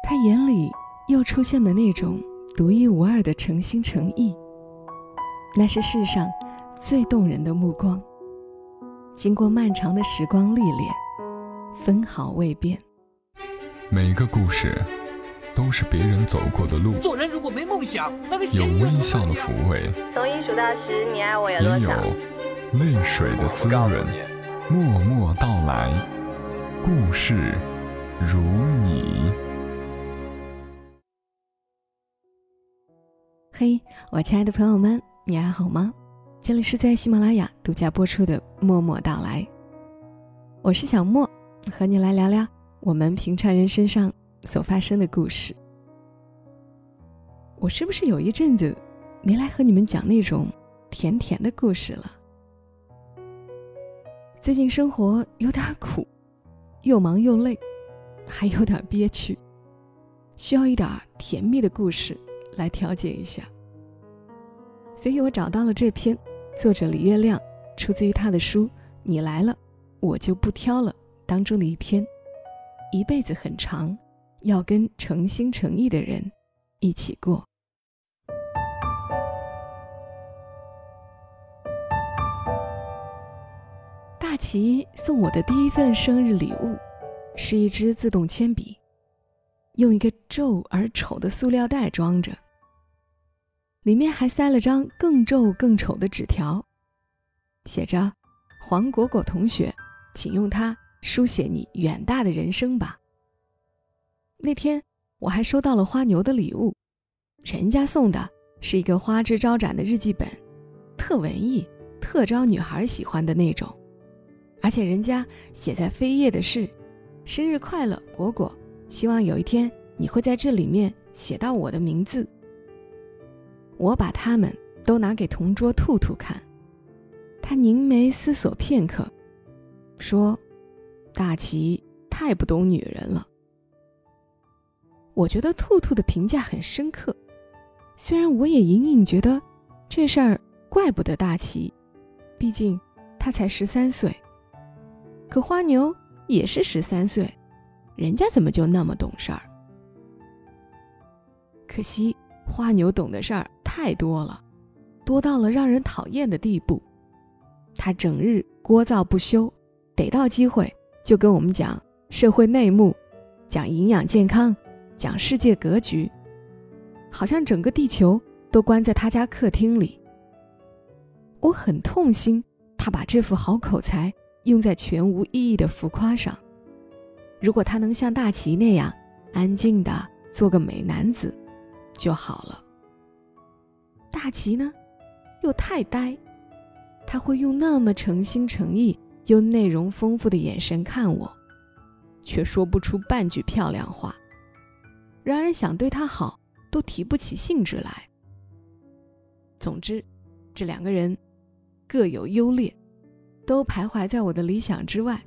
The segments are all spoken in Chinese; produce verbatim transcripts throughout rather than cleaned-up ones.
他眼里又出现了那种独一无二的诚心诚意，那是世上最动人的目光。经过漫长的时光历练，分毫未变。 每个故事都是别人走过的路， 做人如果没梦想，那个有微笑的抚慰， 从一数到十，你爱我有多少？ 也有泪水的滋润。默默到来，故事如你。 嘿，我亲爱的朋友们，你还好吗？这里是在喜马拉雅独家播出的默默到来，我是小莫，和你来聊聊我们平常人身上所发生的故事。我是不是有一阵子没来和你们讲那种甜甜的故事了？最近生活有点苦，又忙又累，还有点憋屈，需要一点甜蜜的故事来调节一下。所以我找到了这篇作者李月亮出自于他的书《你来了我就不挑了》当中的一篇，一辈子很长，要跟诚心诚意的人一起过。大齐送我的第一份生日礼物是一支自动铅笔，用一个皱而丑的塑料袋装着，里面还塞了张更皱更丑的纸条，写着黄果果同学，请用它书写你远大的人生吧。那天我还收到了花牛的礼物，人家送的是一个花枝招展的日记本，特文艺，特招女孩喜欢的那种。而且人家写在扉页的是生日快乐果果，希望有一天你会在这里面写到我的名字。我把它们都拿给同桌兔兔看，他凝眉思索片刻，说大齐太不懂女人了。我觉得兔兔的评价很深刻，虽然我也隐隐觉得这事儿怪不得大齐，毕竟他才十三岁，可花牛也是十三岁，人家怎么就那么懂事儿？可惜花牛懂的事儿太多了，多到了让人讨厌的地步。他整日聒噪不休，逮到机会就跟我们讲社会内幕，讲营养健康，讲世界格局，好像整个地球都关在他家客厅里。我很痛心，他把这副好口才用在全无意义的浮夸上。如果他能像大齐那样安静地做个美男子就好了。大齐呢，又太呆，他会用那么诚心诚意又内容丰富的眼神看我，却说不出半句漂亮话，让人想对他好都提不起兴致来。总之，这两个人各有优劣，都徘徊在我的理想之外。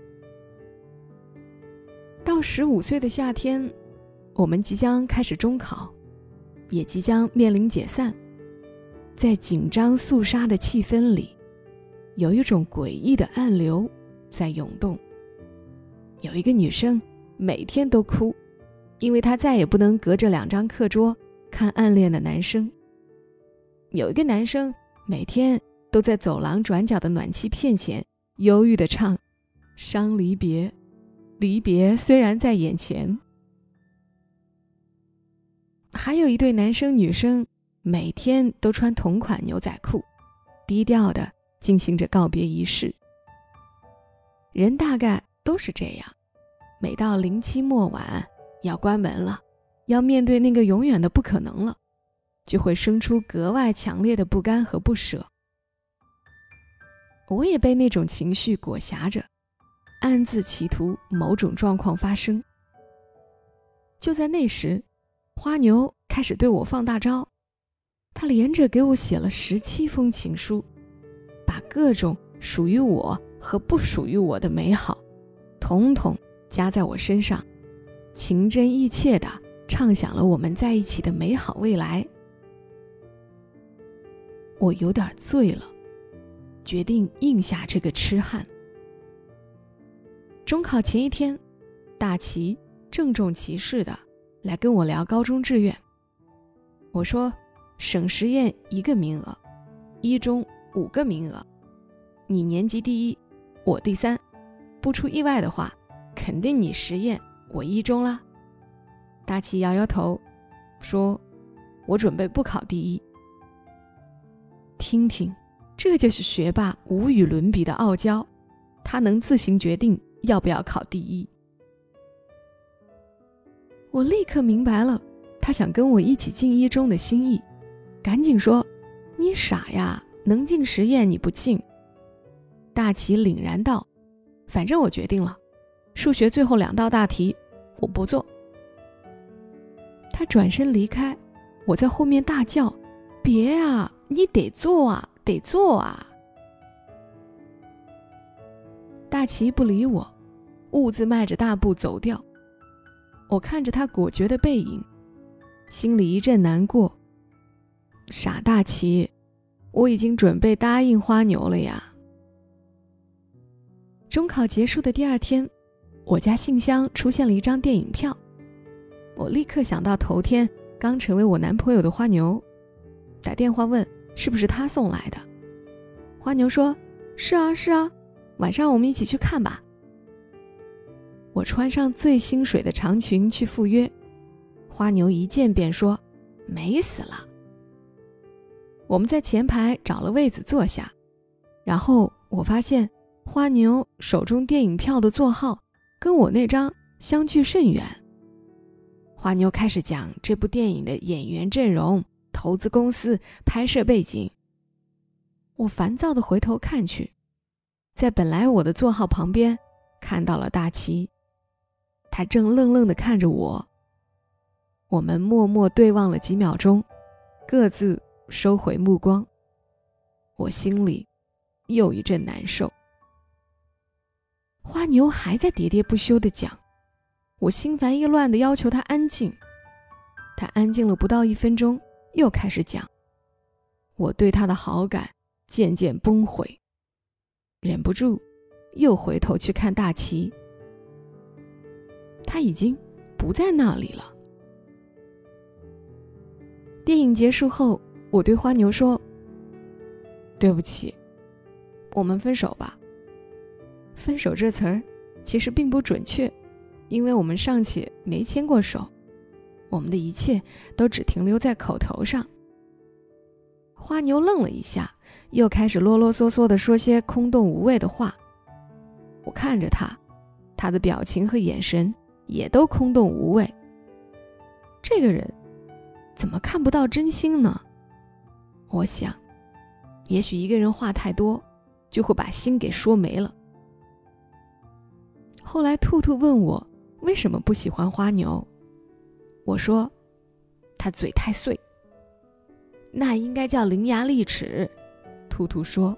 到十五岁的夏天，我们即将开始中考，也即将面临解散。在紧张肃杀的气氛里，有一种诡异的暗流在涌动。有一个女生每天都哭，因为她再也不能隔着两张课桌看暗恋的男生。有一个男生每天都在走廊转角的暖气片前忧郁地唱伤离别，离别虽然在眼前。还有一对男生女生每天都穿同款牛仔裤，低调地进行着告别仪式。人大概都是这样，每到临期末晚要关门了，要面对那个永远的不可能了，就会生出格外强烈的不甘和不舍。我也被那种情绪裹挟着，暗自企图某种状况发生。就在那时，花牛开始对我放大招，他连着给我写了十七封情书，把各种属于我和不属于我的美好统统加在我身上，情真意切地畅想了我们在一起的美好未来。我有点醉了，决定应下这个痴汉。中考前一天，大齐郑重其事地来跟我聊高中志愿。我说省实验一个名额，一中五个名额，你年级第一，我第三，不出意外的话，肯定你实验，我一中啦。大齐摇摇头说，我准备不考第一。听听，这就是学霸无与伦比的傲娇，他能自行决定要不要考第一。我立刻明白了他想跟我一起进一中的心意，赶紧说，你傻呀，能进实验你不进。大齐凛然道，反正我决定了，数学最后两道大题我不做。他转身离开，我在后面大叫，别啊，你得做啊，得做啊。大齐不理我，兀自迈着大步走掉。我看着他果决的背影，心里一阵难过。傻大齐，我已经准备答应花牛了呀。中考结束的第二天，我家信箱出现了一张电影票。我立刻想到头天刚成为我男朋友的花牛，打电话问是不是他送来的。花牛说，是啊是啊，晚上我们一起去看吧。我穿上最新水的长裙去赴约，花牛一见便说，美死了。我们在前排找了位子坐下，然后我发现花牛手中电影票的座号跟我那张相距甚远。花牛开始讲这部电影的演员阵容、投资公司、拍摄背景。我烦躁地回头看去，在本来我的座号旁边看到了大齐，他正愣愣地看着我。我们默默对望了几秒钟，各自收回目光。我心里又一阵难受。花牛还在喋喋不休地讲，我心烦意乱地要求他安静。他安静了不到一分钟，又开始讲。我对他的好感渐渐崩毁，忍不住又回头去看大齐，他已经不在那里了。电影结束后，我对花牛说，对不起，我们分手吧。分手这词儿其实并不准确，因为我们尚且没牵过手，我们的一切都只停留在口头上。花牛愣了一下，又开始啰啰嗦嗦地说些空洞无谓的话。我看着他，他的表情和眼神也都空洞无味。这个人怎么看不到真心呢？我想，也许一个人话太多，就会把心给说没了。后来兔兔问我为什么不喜欢花牛，我说他嘴太碎。那应该叫伶牙俐齿，兔兔说。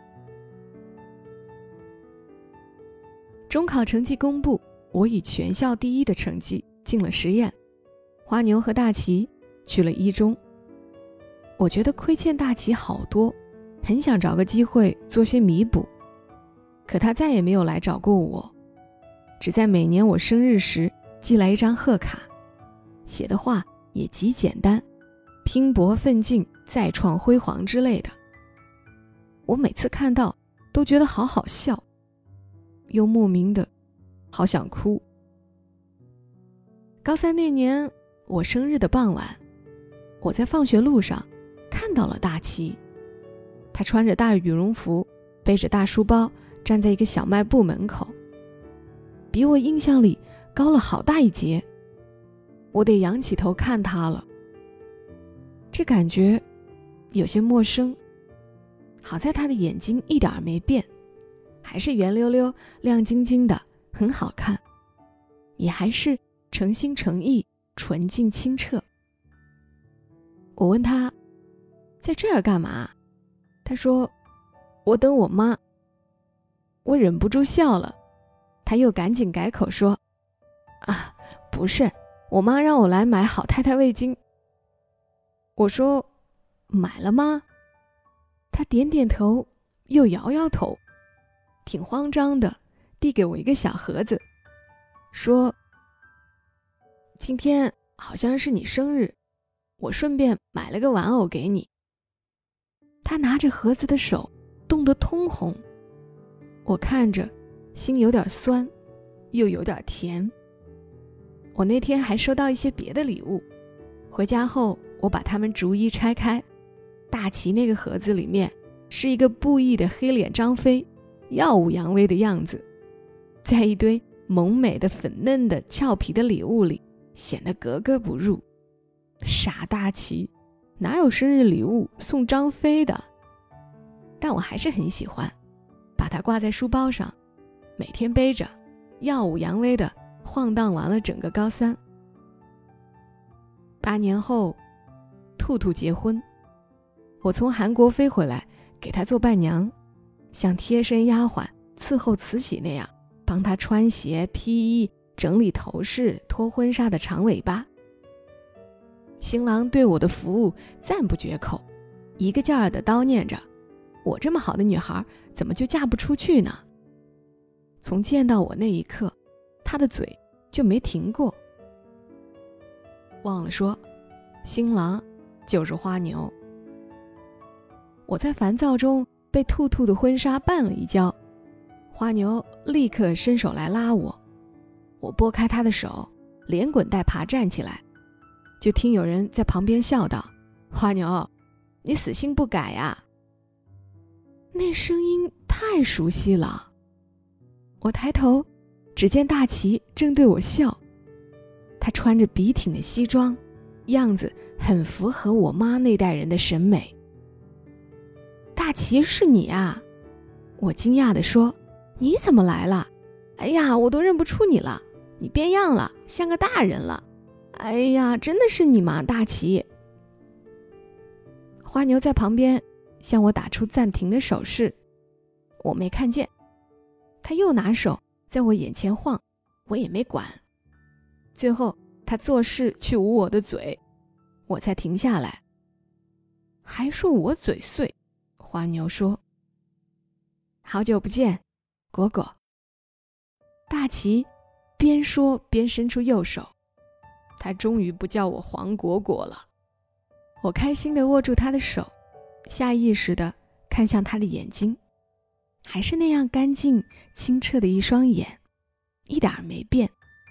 中考成绩公布，我以全校第一的成绩进了实验，花牛和大齐去了一中。我觉得亏欠大齐好多，很想找个机会做些弥补，可他再也没有来找过我，只在每年我生日时寄来一张贺卡，写的话也极简单，拼搏奋进，再创辉煌之类的。我每次看到都觉得好好笑，又莫名的好想哭。高三那年我生日的傍晚，我在放学路上看到了大齐，他穿着大羽绒服，背着大书包，站在一个小卖部门口，比我印象里高了好大一截。我得仰起头看他了，这感觉有些陌生。好在他的眼睛一点没变，还是圆溜溜亮晶晶的，很好看，也还是诚心诚意，纯净清澈。我问他在这儿干嘛，他说我等我妈。我忍不住笑了，他又赶紧改口说，啊，不是，我妈让我来买好太太味精。我说买了吗？他点点头，又摇摇头，挺慌张的，递给我一个小盒子，说今天好像是你生日，我顺便买了个玩偶给你。”他拿着盒子的手冻得通红，我看着心有点酸，又有点甜。我那天还收到一些别的礼物，回家后我把它们逐一拆开。大齐那个盒子里面是一个布艺的黑脸张飞，耀武扬威的样子，在一堆萌美的粉嫩的俏皮的礼物里显得格格不入。傻大齐，哪有生日礼物送张飞的？但我还是很喜欢，把它挂在书包上，每天背着，耀武扬威的晃荡完了整个高三。八年后，兔兔结婚，我从韩国飞回来给他做伴娘，像贴身丫鬟伺候慈禧那样，帮他穿鞋披衣，整理头饰，拖婚纱的长尾巴。新郎对我的服务赞不绝口，一个劲儿地叨念着，我这么好的女孩怎么就嫁不出去呢？从见到我那一刻，他的嘴就没停过。忘了说，新郎就是花牛。我在烦躁中被兔兔的婚纱绊了一跤，花牛立刻伸手来拉我，我拨开他的手，连滚带爬站起来，就听有人在旁边笑道：“花牛，你死性不改呀！”那声音太熟悉了。我抬头，只见大齐正对我笑，他穿着笔挺的西装，样子很符合我妈那代人的审美。大齐，是你啊？我惊讶地说：“你怎么来了？哎呀，我都认不出你了，你变样了，像个大人了。哎呀，真的是你吗，大齐？”花牛在旁边向我打出暂停的手势，我没看见。他又拿手在我眼前晃，我也没管。最后他做事去捂我的嘴，我才停下来。还说我嘴碎，花牛说：“好久不见，果果。”大齐边说边伸出右手，他终于不叫我黄果果了。我开心地握住他的手，下意识地看向他的眼睛，还是那样干净清澈的一双眼，一点儿没变。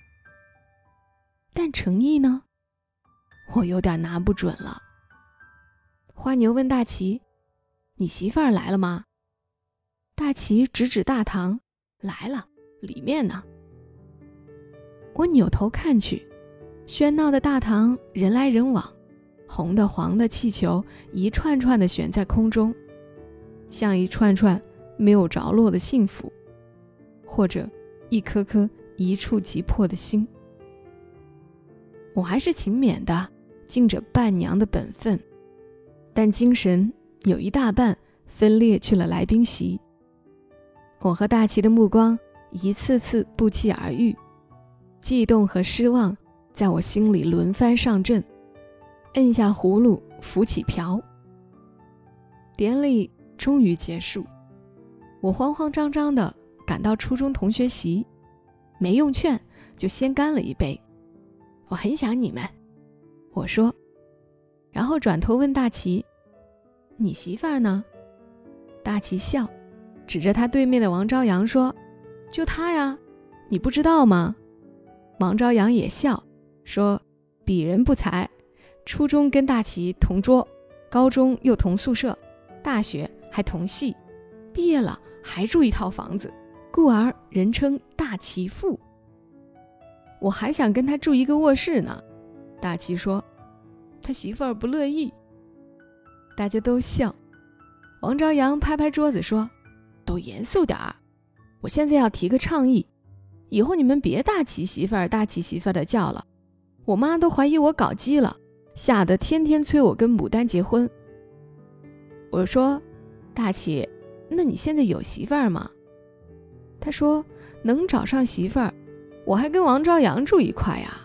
但诚意呢？我有点拿不准了。花牛问大齐：“你媳妇儿来了吗？”大齐指指大堂：“来了，里面呢。”我扭头看去，喧闹的大堂人来人往，红的黄的气球一串串地悬在空中，像一串串没有着落的幸福，或者一颗颗一触即破的心。我还是勤勉的尽着伴娘的本分，但精神有一大半分裂去了来宾席。我和大齐的目光一次次不期而遇，悸动和失望在我心里轮番上阵，摁下葫芦扶起瓢。典礼终于结束，我慌慌张张地赶到初中同学席，没用劝就先干了一杯。我很想你们，我说，然后转头问大齐：“你媳妇儿呢？”大齐笑，指着他对面的王朝阳说：“就他呀，你不知道吗？”王朝阳也笑说：“鄙人不才，初中跟大齐同桌，高中又同宿舍，大学还同系，毕业了还住一套房子，故而人称大齐父。我还想跟他住一个卧室呢。”大齐说：“他媳妇儿不乐意。”大家都笑。王朝阳拍拍桌子说：“都严肃点儿，我现在要提个倡议，以后你们别大齐媳妇儿大齐媳妇儿的叫了，我妈都怀疑我搞基了，吓得天天催我跟牡丹结婚。”我说：“大齐，那你现在有媳妇儿吗？”他说：“能找上媳妇儿，我还跟王朝阳住一块呀。”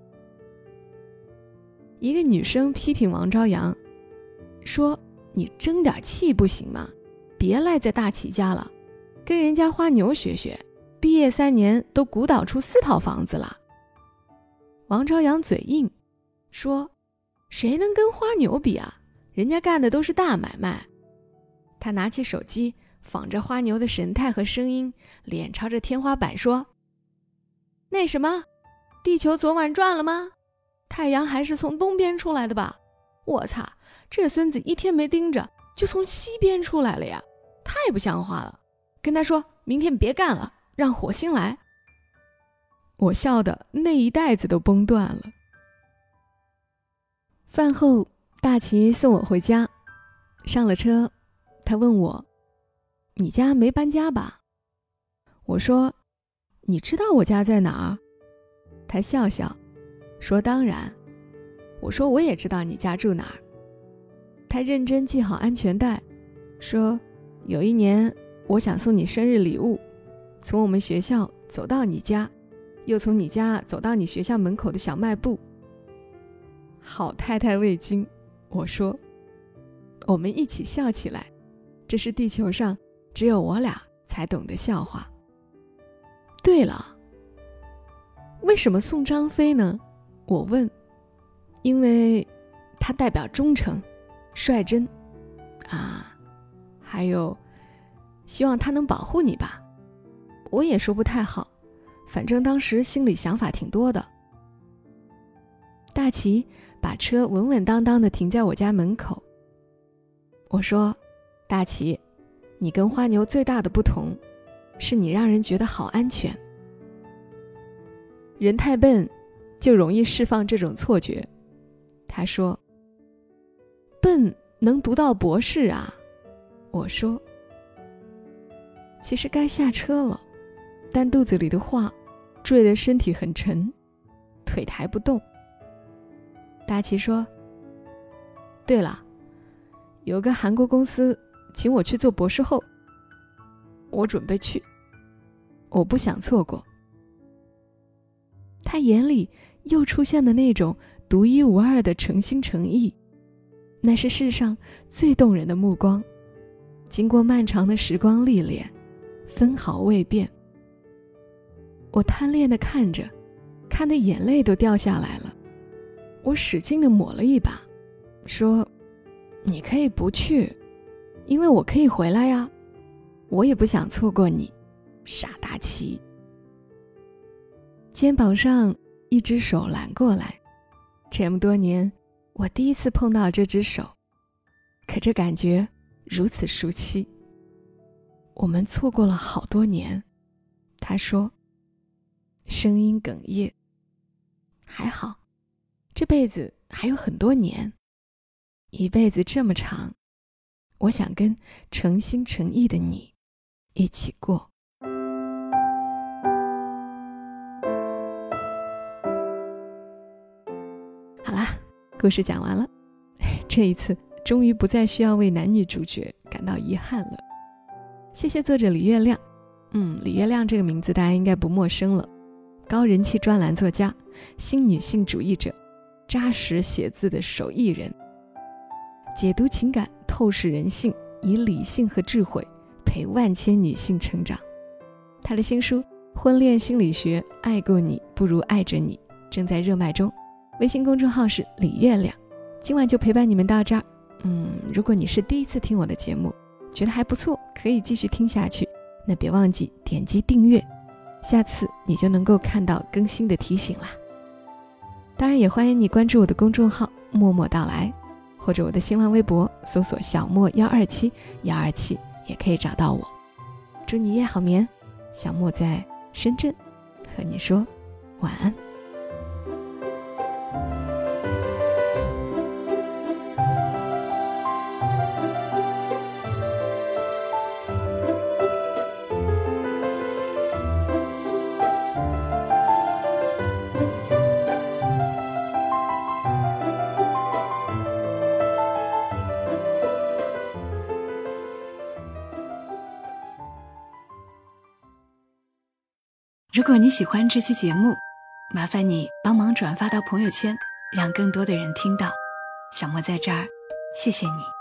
一个女生批评王朝阳说：“你争点气不行吗？别赖在大齐家了，跟人家花牛学学，毕业三年都鼓捣出四套房子了。”王朝阳嘴硬， 说谁能跟花牛比啊？人家干的都是大买卖。他拿起手机，仿着花牛的神态和声音，脸朝着天花板说：那什么，地球昨晚转了吗？太阳还是从东边出来的吧？我操，这孙子一天没盯着，就从西边出来了呀，太不像话了。跟他说明天别干了，让火星来。我笑得那一袋子都崩断了。饭后，大齐送我回家，上了车，他问我：你家没搬家吧？我说：你知道我家在哪儿？他笑笑说：当然。我说：我也知道你家住哪儿。他认真系好安全带，说：有一年我想送你生日礼物，从我们学校走到你家，又从你家走到你学校门口的小卖部。好太太未惊，我说。我们一起笑起来，这是地球上只有我俩才懂的笑话。对了，为什么送张飞呢？我问。因为它代表忠诚、率真啊，还有希望他能保护你吧。我也说不太好，反正当时心里想法挺多的。大齐把车稳稳当当地停在我家门口。我说：大齐，你跟花牛最大的不同是你让人觉得好安全。人太笨就容易释放这种错觉。他说：笨能读到博士啊。我说：其实该下车了，但肚子里的话坠得身体很沉，腿抬不动。大齐说：对了，有个韩国公司请我去做博士后，我准备去，我不想错过。他眼里又出现了那种独一无二的诚心诚意，那是世上最动人的目光，经过漫长的时光历练，分毫未变。我贪恋地看着，看得眼泪都掉下来了。我使劲地抹了一把，说：你可以不去，因为我可以回来呀，我也不想错过你，傻大齐。肩膀上一只手揽过来，这么多年我第一次碰到这只手，可这感觉如此熟悉。我们错过了好多年，他说，声音哽咽。还好，这辈子还有很多年，一辈子这么长，我想跟诚心诚意的你一起过。好啦，故事讲完了，这一次终于不再需要为男女主角感到遗憾了。谢谢作者李月亮。嗯，李月亮这个名字大家应该不陌生了，高人气专栏作家，新女性主义者，扎实写字的手艺人，解读情感，透视人性，以理性和智慧陪万千女性成长。他的新书《婚恋心理学：爱过你不如爱着你》正在热卖中，微信公众号是李月亮。今晚就陪伴你们到这儿。嗯，如果你是第一次听我的节目，觉得还不错，可以继续听下去，那别忘记点击订阅，下次你就能够看到更新的提醒啦。当然也欢迎你关注我的公众号默默到来，或者我的新浪微博搜索小莫一二七一二七也可以找到我。祝你夜好眠，小莫在深圳和你说晚安。如果你喜欢这期节目，麻烦你帮忙转发到朋友圈，让更多的人听到。小莫在这儿，谢谢你。